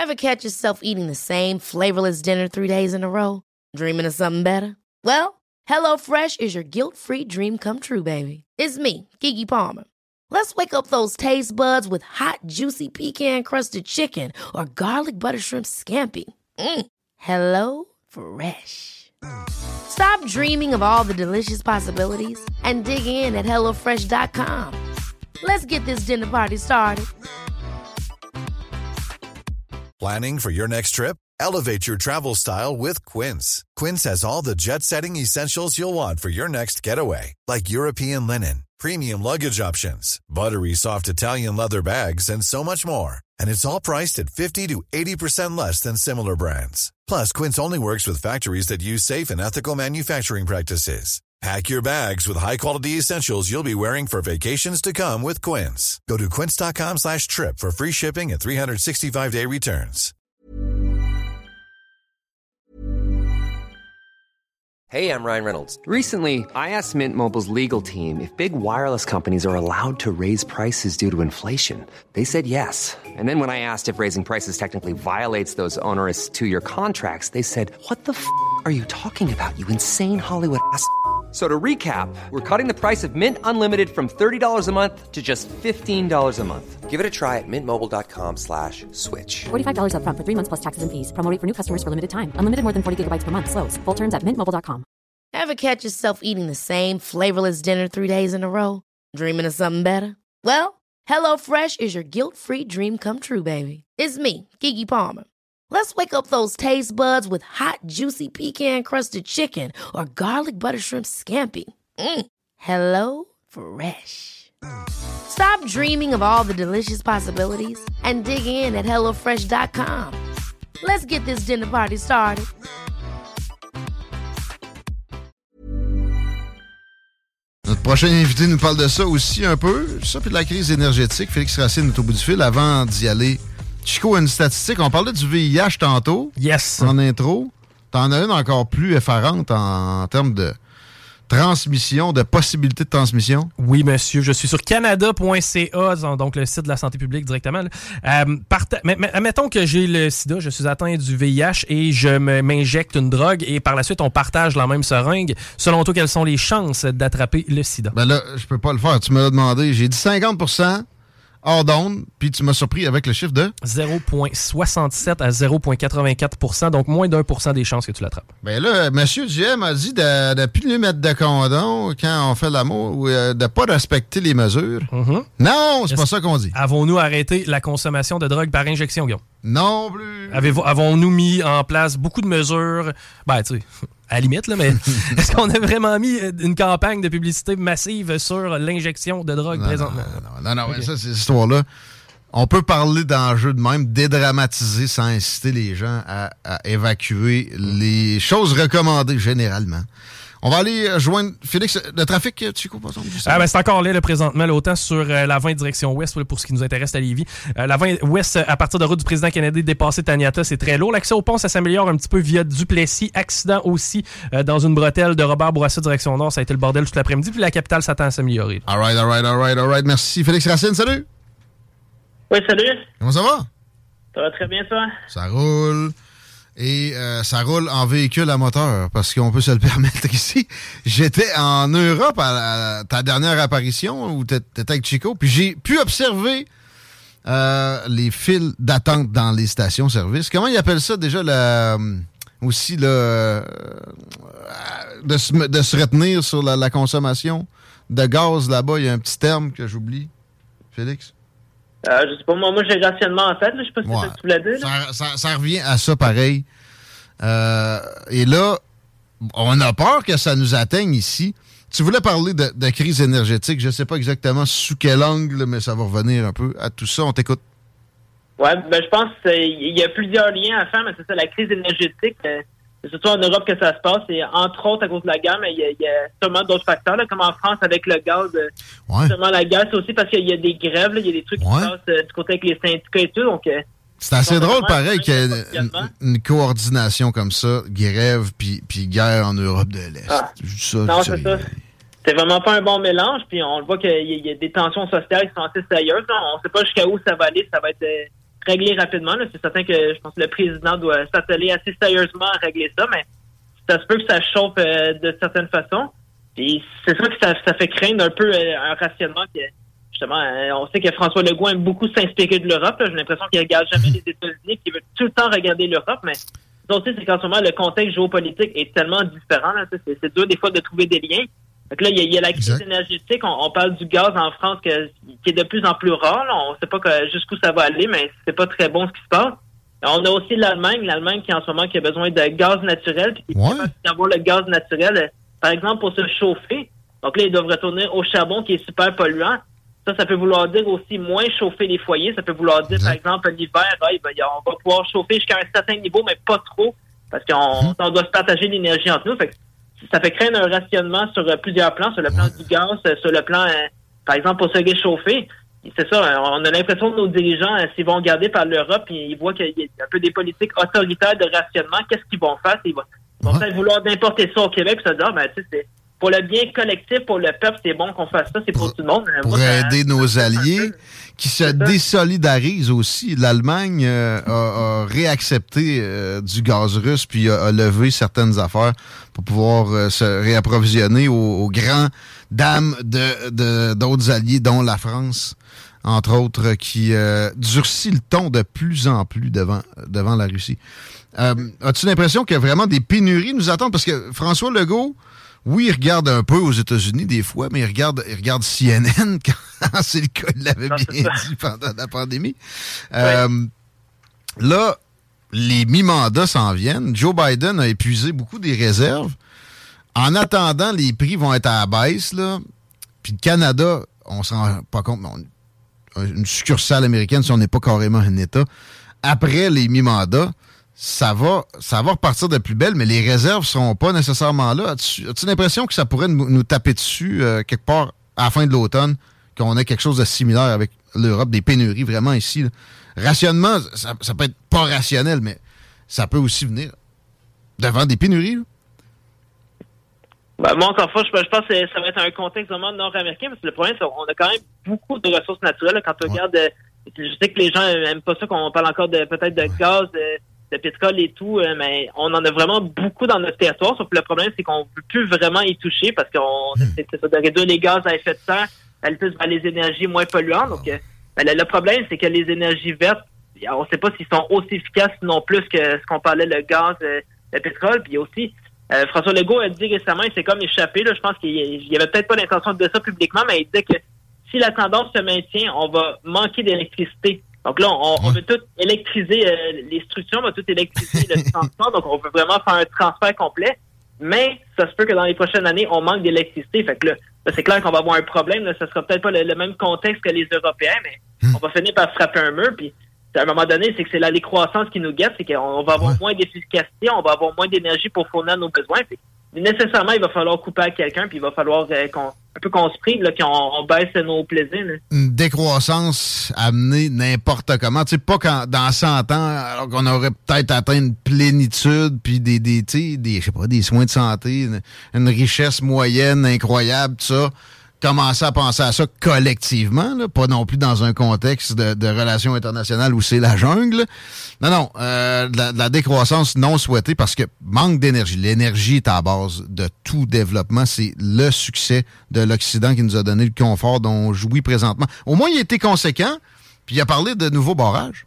Ever catch yourself eating the same flavorless dinner 3 days in a row? Dreaming of something better? Well, HelloFresh is your guilt-free dream come true, baby. It's me, Keke Palmer. Let's wake up those taste buds with hot, juicy pecan-crusted chicken or garlic butter shrimp scampi. Hello Fresh. Stop dreaming of all the delicious possibilities and dig in at HelloFresh.com. Let's get this dinner party started. Planning for your next trip? Elevate your travel style with Quince. Quince has all the jet-setting essentials you'll want for your next getaway, like European linen, premium luggage options, buttery soft Italian leather bags, and so much more. And it's all priced at 50 to 80% less than similar brands. Plus, Quince only works with factories that use safe and ethical manufacturing practices. Pack your bags with high-quality essentials you'll be wearing for vacations to come with Quince. Go to quince.com/trip for free shipping and 365-day returns. Hey, I'm Ryan Reynolds. Recently, I asked Mint Mobile's legal team if big wireless companies are allowed to raise prices due to inflation. They said yes. And then when I asked if raising prices technically violates those onerous 2-year contracts, they said, "What the f*** are you talking about, you insane Hollywood ass?" So to recap, we're cutting the price of Mint Unlimited from $30 a month to just $15 a month. Give it a try at mintmobile.com/switch. $45 up front for 3 months plus taxes and fees. Promo rate for new customers for limited time. Unlimited more than 40 gigabytes per month. Slows full terms at mintmobile.com. Ever catch yourself eating the same flavorless dinner 3 days in a row? Dreaming of something better? Well, HelloFresh is your guilt-free dream come true, baby. It's me, Keke Palmer. Let's wake up those taste buds with hot, juicy pecan-crusted chicken or garlic butter shrimp scampi. Hello Fresh. Stop dreaming of all the delicious possibilities and dig in at HelloFresh.com. Let's get this dinner party started. Notre prochain invité nous parle de ça aussi un peu. Ça, puis de la crise énergétique. Félix Racine est au bout du fil. Avant d'y aller, Chico a une statistique. On parlait du VIH tantôt. Yes. En intro. T'en as une encore plus effarante en termes de transmission, de possibilité de transmission. Oui, monsieur. Je suis sur canada.ca, donc le site de la santé publique directement. Admettons que j'ai le sida, je suis atteint du VIH et je m'injecte une drogue et par la suite, on partage la même seringue. Selon toi, quelles sont les chances d'attraper le sida? Ben là, je peux pas le faire. Tu me l'as demandé. J'ai dit 50% hors d'onde, puis tu m'as surpris avec le chiffre de 0,67 à 0,84 %, donc moins d'1% des chances que tu l'attrapes. Ben là, M. Duhem a dit de ne plus lui mettre de condom quand on fait l'amour ou de ne pas respecter les mesures. Mm-hmm. Non, c'est pas ça qu'on dit. Avons-nous arrêté la consommation de drogue par injection, Guillaume? Non plus. Avons-nous mis en place beaucoup de mesures? Ben, tu sais, à la limite, là, mais est-ce qu'on a vraiment mis une campagne de publicité massive sur l'injection de drogue présentement? Non, okay. Ça, c'est cette histoire-là. On peut parler d'enjeux de même, dédramatiser sans inciter les gens à évacuer les choses recommandées généralement. On va aller joindre Félix. Le trafic, Chico, par exemple? C'est encore là, présentement, autant sur la 20 direction ouest, pour ce qui nous intéresse à Lévis. La 20 ouest, à partir de route du président Kennedy, dépassé Taniata, c'est très lourd. L'accès au pont, ça s'améliore un petit peu via Duplessis. Accident aussi dans une bretelle de Robert Bourassa, direction nord. Ça a été le bordel toute l'après-midi. Puis la capitale s'attend à s'améliorer. All right. Merci. Félix Racine, salut! Oui, salut. Comment ça va? Ça va très bien, toi? Ça roule. Et ça roule en véhicule à moteur, parce qu'on peut se le permettre ici. J'étais en Europe à ta dernière apparition, où t'étais avec Chico, puis j'ai pu observer les files d'attente dans les stations-service. Comment ils appellent ça déjà, de se retenir sur la consommation de gaz là-bas? Il y a un petit terme que j'oublie. Félix? Je sais pas, moi j'ai le rationnement en tête, là. Je sais pas si c'est ça que tu voulais dire. Ça revient à ça pareil. Et là, on a peur que ça nous atteigne ici. Tu voulais parler de crise énergétique. Je sais pas exactement sous quel angle, mais ça va revenir un peu à tout ça. On t'écoute. Ouais, je pense qu'il y a plusieurs liens à faire, mais c'est ça, la crise énergétique. C'est surtout en Europe que ça se passe, et entre autres à cause de la guerre, mais il y a sûrement d'autres facteurs, là, comme en France avec le gaz. Sûrement la guerre, c'est aussi parce qu'il y a des grèves, il y a des trucs qui se passent du côté avec les syndicats et tout. Donc, c'est assez drôle, pareil, qu'il y ait une coordination comme ça, grève puis guerre en Europe de l'Est. C'est ça. C'est vraiment pas un bon mélange, puis on le voit qu'il y a des tensions sociales qui sont assez sérieuses. Là. On sait pas jusqu'à où ça va aller, ça va être régler rapidement. Là. C'est certain que je pense que le président doit s'atteler assez sérieusement à régler ça, mais ça se peut que ça chauffe de certaines façons. Et c'est sûr que ça fait craindre un peu un rationnement que, justement, on sait que François Legault aime beaucoup s'inspirer de l'Europe. Là. J'ai l'impression qu'il regarde jamais les États-Unis, qu'il veut tout le temps regarder l'Europe, mais ça aussi, c'est qu'en ce moment, le contexte géopolitique est tellement différent. Là, c'est dur des fois de trouver des liens. Donc là, il y a la crise énergétique. On parle du gaz en France qui est de plus en plus rare. Là. On ne sait pas jusqu'où ça va aller, mais c'est pas très bon ce qui se passe. On a aussi l'Allemagne qui en ce moment qui a besoin de gaz naturel, puis qui est capable d'avoir le gaz naturel, par exemple, pour se chauffer. Donc là, ils doivent retourner au charbon qui est super polluant. Ça peut vouloir dire aussi moins chauffer les foyers. Ça peut vouloir dire, par exemple, l'hiver, on va pouvoir chauffer jusqu'à un certain niveau, mais pas trop, parce qu'on doit se partager l'énergie entre nous. Fait que ça fait craindre un rationnement sur plusieurs plans, sur le plan du gaz, sur le plan, par exemple, pour se réchauffer. C'est ça, on a l'impression que nos dirigeants, s'ils vont regarder par l'Europe, ils voient qu'il y a un peu des politiques autoritaires de rationnement. Qu'est-ce qu'ils vont faire? Ils vont peut-être vouloir d'importer ça au Québec et se dire, c'est pour le bien collectif, pour le peuple, c'est bon qu'on fasse ça, c'est pour tout le monde. Pour aider nos alliés qui se désolidarisent aussi. L'Allemagne a réaccepté du gaz russe puis a levé certaines affaires pour pouvoir se réapprovisionner aux grands dames d'autres alliés, dont la France, entre autres, qui durcit le ton de plus en plus devant la Russie. As-tu l'impression qu'il y a vraiment des pénuries nous attendent? Parce que François Legault, oui, il regarde un peu aux États-Unis des fois, mais il regarde CNN quand c'est le cas, il l'avait bien dit pendant la pandémie. Là, les mi-mandats s'en viennent. Joe Biden a épuisé beaucoup des réserves. En attendant, les prix vont être à la baisse, là. Puis le Canada, on s'en rend pas compte, mais une succursale américaine, si on n'est pas carrément un État, après les mi-mandats, ça va repartir de plus belle, mais les réserves seront pas nécessairement là. As-tu l'impression que ça pourrait nous taper dessus quelque part à la fin de l'automne, qu'on ait quelque chose de similaire avec l'Europe, des pénuries vraiment ici, là? Rationnement, ça peut être pas rationnel, mais ça peut aussi venir devant des pénuries, là. Moi, encore une fois, je pense que ça va être un contexte vraiment nord-américain, parce que le problème, c'est qu'on a quand même beaucoup de ressources naturelles. Là, quand tu regardes, je sais que les gens n'aiment pas ça, qu'on parle encore peut-être de gaz, de pétrole et tout, mais on en a vraiment beaucoup dans notre territoire. Sauf que le problème, c'est qu'on ne peut plus vraiment y toucher parce qu'on c'est ça, de réduire les gaz à effet de serre, aller plus vers les énergies moins polluantes. Donc, le problème, c'est que les énergies vertes, on ne sait pas s'ils sont aussi efficaces, sinon plus que ce qu'on parlait, le gaz, le pétrole. Puis aussi, François Legault a dit récemment, il s'est comme échappé, là, je pense qu'il avait peut-être pas l'intention de dire ça publiquement, mais il disait que si la tendance se maintient, on va manquer d'électricité. Donc là, on veut tout électriser les structures, on va tout électriser le transport, donc on veut vraiment faire un transfert complet, mais ça se peut que dans les prochaines années, on manque d'électricité. Fait que là c'est clair qu'on va avoir un problème, là, ça sera peut-être pas le même contexte que les Européens, mais on va finir par frapper un mur, puis à un moment donné, c'est que c'est la décroissance qui nous guette, c'est qu'on va avoir moins d'efficacité, on va avoir moins d'énergie pour fournir nos besoins. Puis, nécessairement, il va falloir couper à quelqu'un, puis il va falloir qu'on se prive, là, qu'on baisse nos plaisirs. Là. Une décroissance amenée n'importe comment. Tu sais, pas dans 100 ans, alors qu'on aurait peut-être atteint une plénitude, puis je sais pas, des soins de santé, une richesse moyenne incroyable, tout ça. Commencer à penser à ça collectivement, là, pas non plus dans un contexte de relations internationales où c'est la jungle. Non, de la décroissance non souhaitée parce que manque d'énergie. L'énergie est à la base de tout développement. C'est le succès de l'Occident qui nous a donné le confort dont on jouit présentement. Au moins, il a été conséquent, puis il a parlé de nouveaux barrages.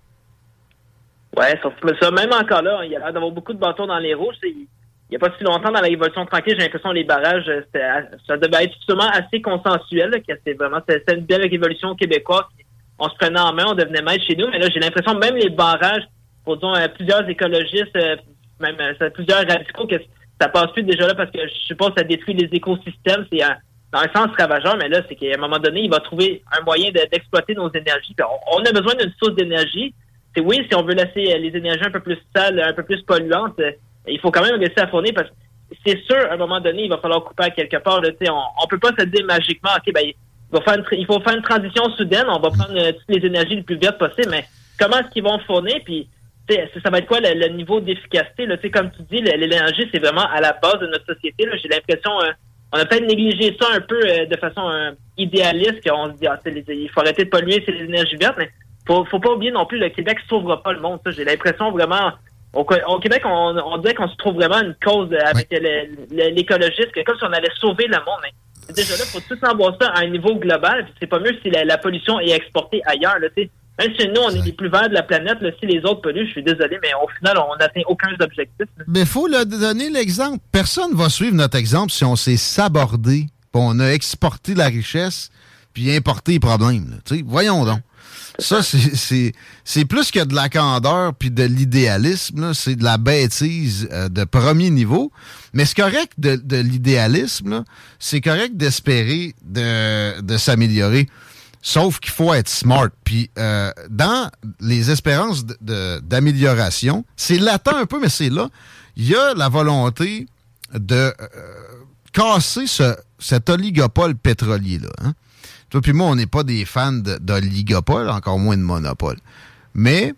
Ouais, sauf que ça, même encore là, il y a l'air d'avoir beaucoup de bâtons dans les roues. Il n'y a pas si longtemps dans la Révolution tranquille, j'ai l'impression que les barrages, ça devait être justement assez consensuel, là, que c'était une belle révolution québécoise. On se prenait en main, on devenait maître chez nous, mais là, j'ai l'impression que même les barrages, pour disons, plusieurs écologistes, même plusieurs radicaux, que ça passe plus déjà là parce que je suppose que ça détruit les écosystèmes, c'est dans un sens ravageur, mais là, c'est qu'à un moment donné, il va trouver un moyen d'exploiter nos énergies. Puis on a besoin d'une source d'énergie. C'est oui, si on veut laisser les énergies un peu plus sales, un peu plus polluantes, il faut quand même laisser à fournir parce que c'est sûr, à un moment donné, il va falloir couper à quelque part. Là, on peut pas se dire magiquement, OK, il faut faire une transition soudaine, on va prendre toutes les énergies les plus vertes possibles, mais comment est-ce qu'ils vont fournir? Puis, ça va être quoi le niveau d'efficacité? Là, comme tu dis, l'énergie, c'est vraiment à la base de notre société. Là. J'ai l'impression, on a peut-être négligé ça un peu de façon idéaliste, qu'on se dit, il faut arrêter de polluer, c'est les énergies vertes, mais faut pas oublier non plus, le Québec sauvera pas le monde. Ça, j'ai l'impression vraiment... Au Québec, on dirait qu'on se trouve vraiment une cause avec l'écologiste, que comme si on allait sauver le monde. Mais déjà là, il faut tout savoir ça à un niveau global. Puis c'est pas mieux si la pollution est exportée ailleurs. Là, même si nous, on est les plus verts de la planète, là, si les autres polluent, je suis désolé, mais au final, on n'atteint aucun objectif. Mais il faut donner l'exemple. Personne ne va suivre notre exemple si on s'est sabordé, puis on a exporté la richesse, puis importé les problèmes. Là. Voyons donc. Ça, c'est plus que de la candeur puis de l'idéalisme. Là. C'est de la bêtise de premier niveau. Mais c'est correct de l'idéalisme. Là. C'est correct d'espérer de s'améliorer. Sauf qu'il faut être smart. Puis dans les espérances d'amélioration, c'est latent un peu, mais c'est là. Il y a la volonté de casser cet oligopole pétrolier-là. Hein? Toi puis moi, on n'est pas des fans d'oligopole, encore moins de monopole. Mais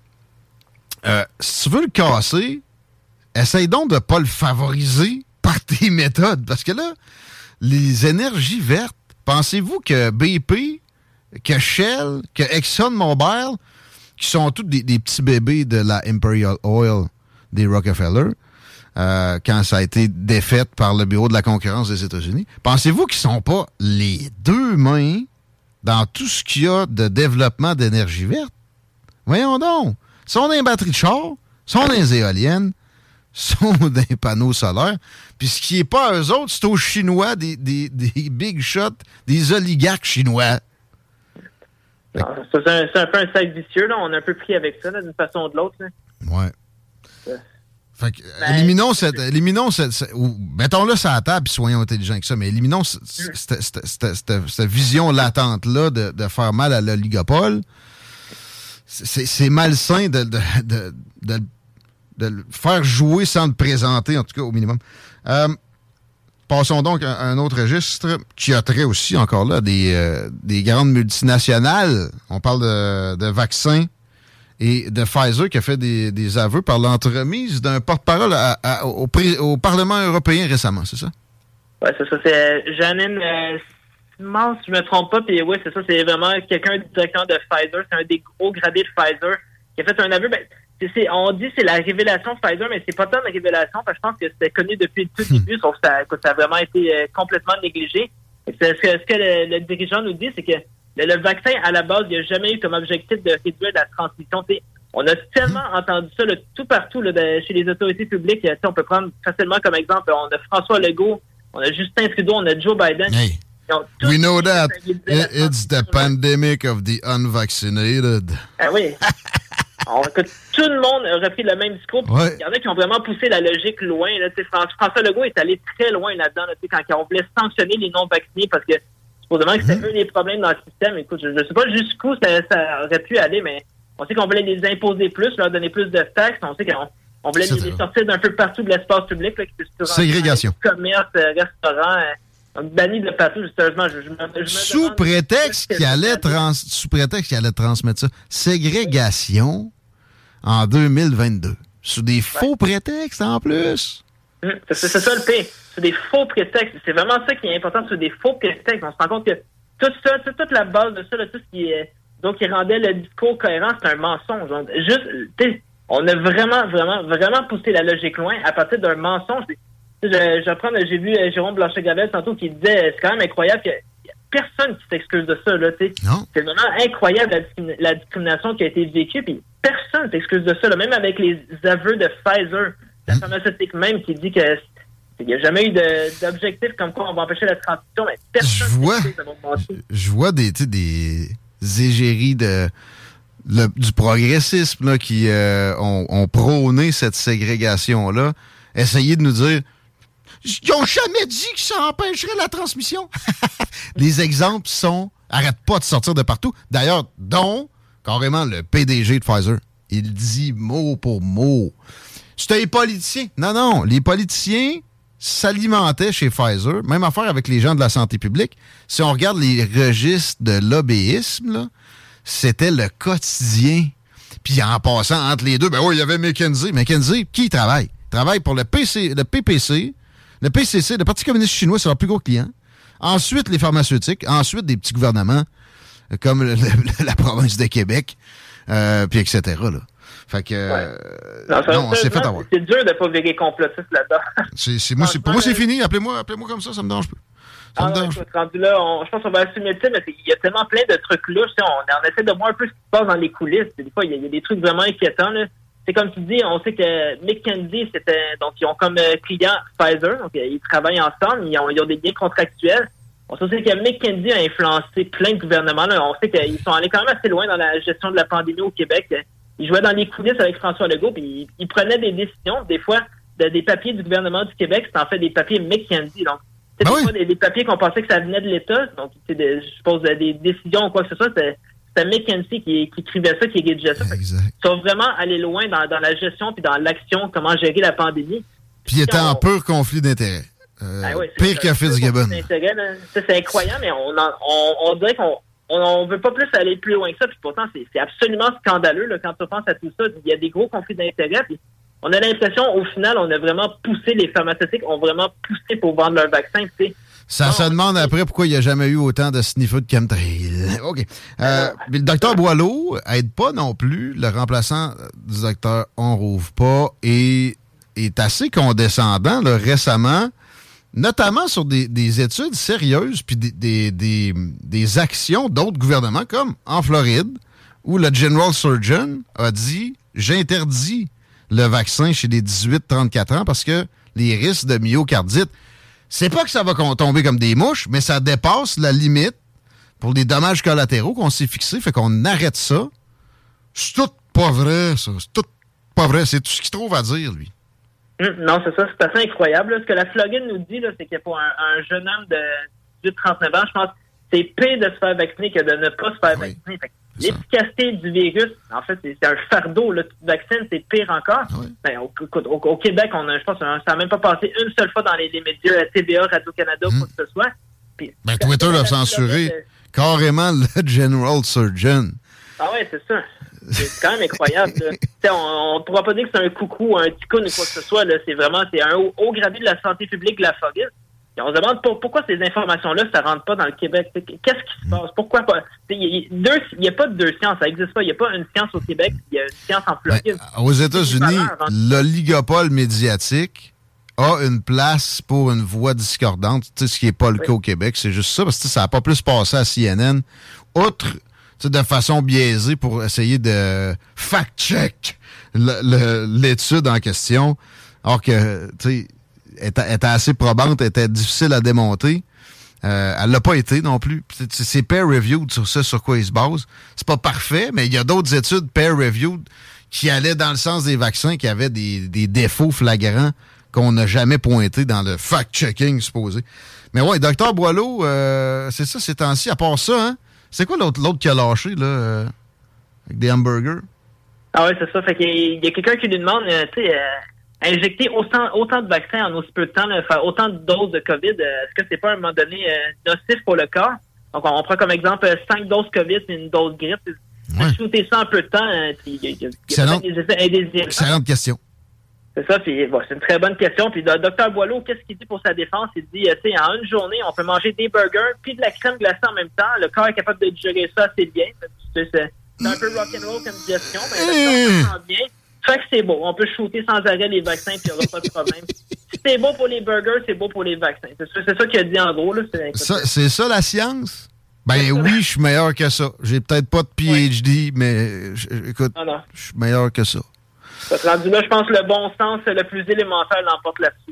si tu veux le casser, essaye donc de ne pas le favoriser par tes méthodes. Parce que là, les énergies vertes, pensez-vous que BP, que Shell, que ExxonMobil, qui sont tous des petits bébés de la Imperial Oil des Rockefeller, quand ça a été défait par le Bureau de la concurrence des États-Unis, pensez-vous qu'ils ne sont pas les deux mains dans tout ce qu'il y a de développement d'énergie verte? Voyons donc. Ils sont dans les batteries de char, sont dans les éoliennes, sont dans les panneaux solaires. Puis ce qui n'est pas à eux autres, c'est aux Chinois, des big shots, des oligarques chinois. Non, c'est un peu un cercle vicieux. Là. On est un peu pris avec ça, là, d'une façon ou de l'autre. Là. Ouais. Fait que, éliminons cette ou mettons-le sur la table et soyons intelligents que ça, mais éliminons cette vision latente-là de faire mal à l'oligopole. C'est malsain de le faire jouer sans le présenter, en tout cas, au minimum. Passons donc à un autre registre qui a trait aussi, encore là, des grandes multinationales. On parle de vaccins et de Pfizer qui a fait des aveux par l'entremise d'un porte-parole au Parlement européen récemment, c'est ça? Oui, c'est ça. C'est Janine Simons, si je me trompe pas. Puis oui, c'est ça. C'est vraiment quelqu'un du directeur de Pfizer. C'est un des gros gradés de Pfizer qui a fait un aveu. Ben, on dit que c'est la révélation Pfizer, mais c'est pas tant de révélation, parce que je pense que c'était connu depuis le tout début, sauf que ça a vraiment été complètement négligé. Ce que le dirigeant nous dit, c'est que le vaccin, à la base, il n'a jamais eu comme objectif de réduire la transmission. On a tellement entendu ça tout partout chez les autorités publiques. On peut prendre facilement comme exemple, on a François Legault, on a Justin Trudeau, on a Joe Biden. Hey, we know that. It's the pandemic of the unvaccinated. Ah oui. Écoute, tout le monde a repris le même discours. Ouais. Il y en a qui ont vraiment poussé la logique loin. Là, François Legault est allé très loin là-dedans, quand on voulait sanctionner les non-vaccinés parce que supposément que c'était eux les problèmes dans le système. Écoute, je ne sais pas jusqu'où ça aurait pu aller, mais on sait qu'on voulait les imposer plus, leur donner plus de taxes. On sait qu'on voulait les sortir d'un peu partout de l'espace public. Là, ségrégation. Commerce, restaurants, bannis de partout. Sérieusement, sous prétexte qu'il allait transmettre ça. Ségrégation en 2022. Sous des faux prétextes en plus. C'est ça le pire. C'est des faux prétextes. C'est vraiment ça qui est important, c'est des faux prétextes. On se rend compte que tout ça, toute la base de ça, là, tout ce qui est donc qui rendait le discours cohérent, c'est un mensonge. On a vraiment poussé la logique loin à partir d'un mensonge. J'ai vu Jérôme Blanchet-Gravel tantôt qui disait c'est quand même incroyable qu'il n'y a personne qui s'excuse de ça. Là, c'est vraiment incroyable la discrimination qui a été vécue, puis personne ne s'excuse de ça. Là, même avec les aveux de Pfizer, la pharmaceutique même qui dit que il n'y a jamais eu d'objectif comme quoi on va empêcher la transmission, mais personne je vois des égéries du progressisme là, qui ont prôné cette ségrégation-là, essayer de nous dire ils n'ont jamais dit que ça empêcherait la transmission. Les exemples arrêtent pas de sortir de partout. D'ailleurs, dont carrément le PDG de Pfizer. Il dit mot pour mot. C'était les politiciens. Non, les politiciens s'alimentaient chez Pfizer. Même affaire avec les gens de la santé publique. Si on regarde les registres de lobbyisme, là, c'était le quotidien. Puis en passant entre les deux, il y avait McKinsey. McKinsey, qui y travaille? Il travaille pour le PPC, le PCC, le Parti communiste chinois, c'est leur plus gros client. Ensuite, les pharmaceutiques. Ensuite, des petits gouvernements comme la province de Québec. puis etc. Là. Fait que... Non, c'est fait avoir. C'est dur de pas virer complotiste là-dedans. Pour moi, c'est fini. Appelez-moi comme ça me dérange pas. Écoute, rendu là, je pense qu'on va assumer le titre, mais il y a tellement plein de trucs louches. On essaie de voir un peu ce qui se passe dans les coulisses. Des fois, il y a des trucs vraiment inquiétants. Là. C'est comme tu dis, on sait que Mick Kennedy, donc ils ont comme client Pfizer, donc ils travaillent ensemble, ils ont des liens contractuels. On sait que Mick Kennedy a influencé plein de gouvernements. Là. On sait qu'ils sont allés quand même assez loin dans la gestion de la pandémie au Québec. Ils jouaient dans les coulisses avec François Legault, puis ils prenaient des décisions, des fois, des papiers du gouvernement du Québec, c'est en fait des papiers Mick Kennedy. Donc, c'était des papiers qu'on pensait que ça venait de l'État. Donc, je suppose des décisions ou quoi que ce soit, c'était Mick Kennedy qui écrivait ça, qui rédigeait ça. Ils sont vraiment allés loin dans la gestion puis dans l'action, comment gérer la pandémie. Puis il était en pur conflit d'intérêts. Pire que Fitzgibbon. C'est incroyable, mais on dirait qu'on veut pas plus aller plus loin que ça. Puis pourtant, c'est absolument scandaleux là, quand tu penses à tout ça. Il y a des gros conflits d'intérêts. Puis on a l'impression, au final, on a vraiment poussé, les pharmaceutiques ont vraiment poussé pour vendre leur vaccin. Tu sais. Ça se demande après pourquoi il n'y a jamais eu autant de sniffers de chemtrail. OK. Le docteur Boileau aide pas non plus. Le remplaçant du docteur On Rouvre pas et est assez condescendant là, récemment, notamment sur des études sérieuses puis des actions d'autres gouvernements, comme en Floride, où le General Surgeon a dit « J'interdis le vaccin chez les 18-34 ans parce que les risques de myocardite, c'est pas que ça va tomber comme des mouches, mais ça dépasse la limite pour les dommages collatéraux qu'on s'est fixés, fait qu'on arrête ça. C'est tout pas vrai, ça. C'est tout pas vrai. C'est tout ce qu'il trouve à dire, lui. Non, c'est ça. C'est assez incroyable. Là. Ce que la Floride nous dit, là, c'est que pour un jeune homme de 18-39 ans, je pense que c'est pire de se faire vacciner que de ne pas se faire vacciner. Fait que l'efficacité du virus, en fait, c'est un fardeau. Le vaccin, c'est pire encore. Ben, au Québec, je pense que ça n'a même pas passé une seule fois dans les médias TVA, Radio-Canada, quoi que ce soit. Puis, Twitter l'a censuré carrément le General Surgeon. Ah ouais, c'est ça. C'est quand même incroyable. On ne pourra pas dire que c'est un coucou, un ticoun ou quoi que ce soit. Là. C'est un haut gradé de la santé publique de la Floride. Et on se demande pourquoi ces informations-là, ça ne rentre pas dans le Québec. Qu'est-ce qui se passe? Pourquoi pas? Il n'y a pas de deux sciences. Ça n'existe pas. Il n'y a pas une science au Québec. Il y a une science en Floride. Aux États-Unis, l'oligopole médiatique a une place pour une voix discordante, ce qui n'est pas le cas au Québec. C'est juste ça, parce que ça n'a pas plus passé à CNN. Outre de façon biaisée pour essayer de fact-check l'étude en question, alors que était assez probante, était difficile à démonter. Elle l'a pas été non plus. C'est peer-reviewed sur ça, sur quoi il se base. C'est pas parfait, mais il y a d'autres études peer-reviewed qui allaient dans le sens des vaccins, qui avaient des défauts flagrants qu'on n'a jamais pointés dans le fact-checking supposé. Mais ouais, Dr Boileau, c'est ça ces temps-ci. À part ça, hein? C'est quoi l'autre qui a lâché, là, avec des hamburgers? Ah ouais, c'est ça. Fait qu'il y a quelqu'un qui lui demande, injecter autant de vaccins en aussi peu de temps, là, faire autant de doses de COVID, est-ce que c'est pas à un moment donné nocif pour le corps? Donc, on prend comme exemple 5 doses COVID et une dose grippe. Shooter ça en peu de temps, il y a des effets indésirables. Excellente question. C'est ça, puis c'est une très bonne question. Puis le docteur Boileau, qu'est-ce qu'il dit pour sa défense? Il dit, en une journée, on peut manger des burgers puis de la crème glacée en même temps. Le corps est capable de digérer ça assez bien. C'est un peu rock'n'roll comme digestion, mais le corps sent bien. Fait que c'est beau. On peut shooter sans arrêt les vaccins puis il n'y aura pas de problème. Si c'est beau pour les burgers, c'est beau pour les vaccins. C'est ça qu'il a dit en gros. Là. C'est ça la science? Ben oui, je suis meilleur que ça. J'ai peut-être pas de PhD, mais écoute, je suis meilleur que ça. Rendu là, je pense que le bon sens, le plus élémentaire, l'emporte là-dessus.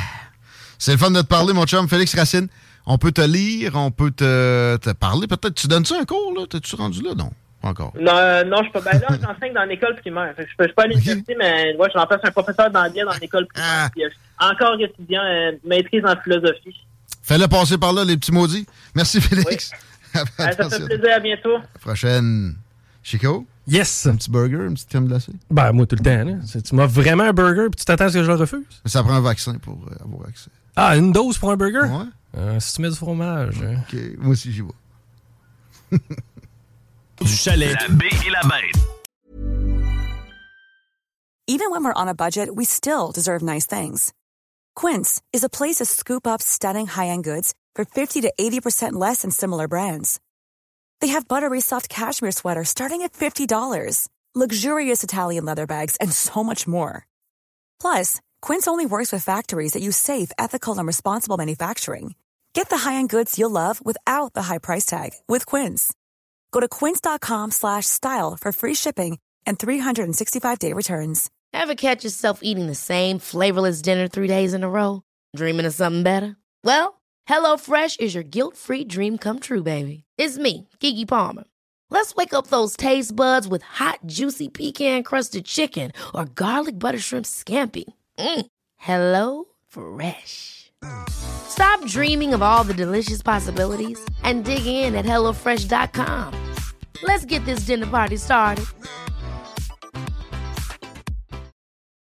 C'est le fun de te parler, mon chum Félix Racine. On peut te lire, on peut te parler. Peut-être, tu donnes-tu un cours, là? T'es-tu rendu là? Non, pas encore. Non, je suis pas. Ben là, j'enseigne dans l'école primaire. Je peux pas à l'université, mais je remplace un professeur d'anglais dans l'école primaire. Puis, encore étudiant, maîtrise en philosophie. Fais-le passer par là, les petits maudits. Merci, Félix. Oui. Ça fait plaisir, à bientôt. À la prochaine. Chico? Yes! Un petit burger, une petite crème glacée? Ben, moi, tout le temps. Là. Tu m'as vraiment un burger puis tu t'attends à ce que je le refuse? Mais ça prend un vaccin pour avoir accès. Ah, une dose pour un burger? Ouais. Si tu mets du fromage. OK, moi aussi, j'y vais. Du chalet. La baie et la bête. Even when we're on a budget, we still deserve nice things. Quince is a place to scoop up stunning high-end goods for 50 to 80% less than similar brands. They have buttery soft cashmere sweaters starting at $50, luxurious Italian leather bags, and so much more. Plus, Quince only works with factories that use safe, ethical, and responsible manufacturing. Get the high-end goods you'll love without the high price tag with Quince. Go to quince.com/style for free shipping and 365-day returns. Ever catch yourself eating the same flavorless dinner 3 days in a row? Dreaming of something better? Well, HelloFresh is your guilt-free dream come true, baby. It's me, Keke Palmer. Let's wake up those taste buds with hot, juicy pecan-crusted chicken or garlic butter shrimp scampi. Hello Fresh. Stop dreaming of all the delicious possibilities and dig in at HelloFresh.com. Let's get this dinner party started.